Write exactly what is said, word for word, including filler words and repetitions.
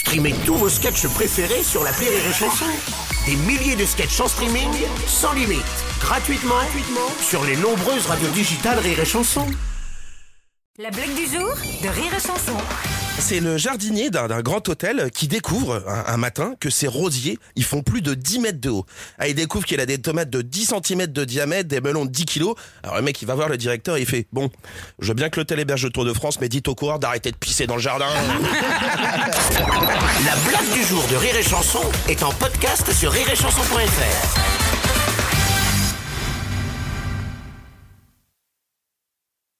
Streamez tous vos sketchs préférés sur l'appli Rire et Chanson. Des milliers de sketchs en streaming, sans limite, gratuitement, gratuitement sur les nombreuses radios digitales Rire et Chanson. La blague du jour de Rire et Chanson. C'est le jardinier d'un, d'un grand hôtel qui découvre un, un matin que ses rosiers, ils font plus de dix mètres de haut. Ah, il découvre qu'il a des tomates de dix centimètres de diamètre, des melons de dix kilos. Alors le mec, il va voir le directeur et il fait « Bon, je veux bien que l'hôtel héberge le Tour de France, mais dites au coureur d'arrêter de pisser dans le jardin. » La blague du jour de Rire et Chanson est en podcast sur rire et chanson point f r.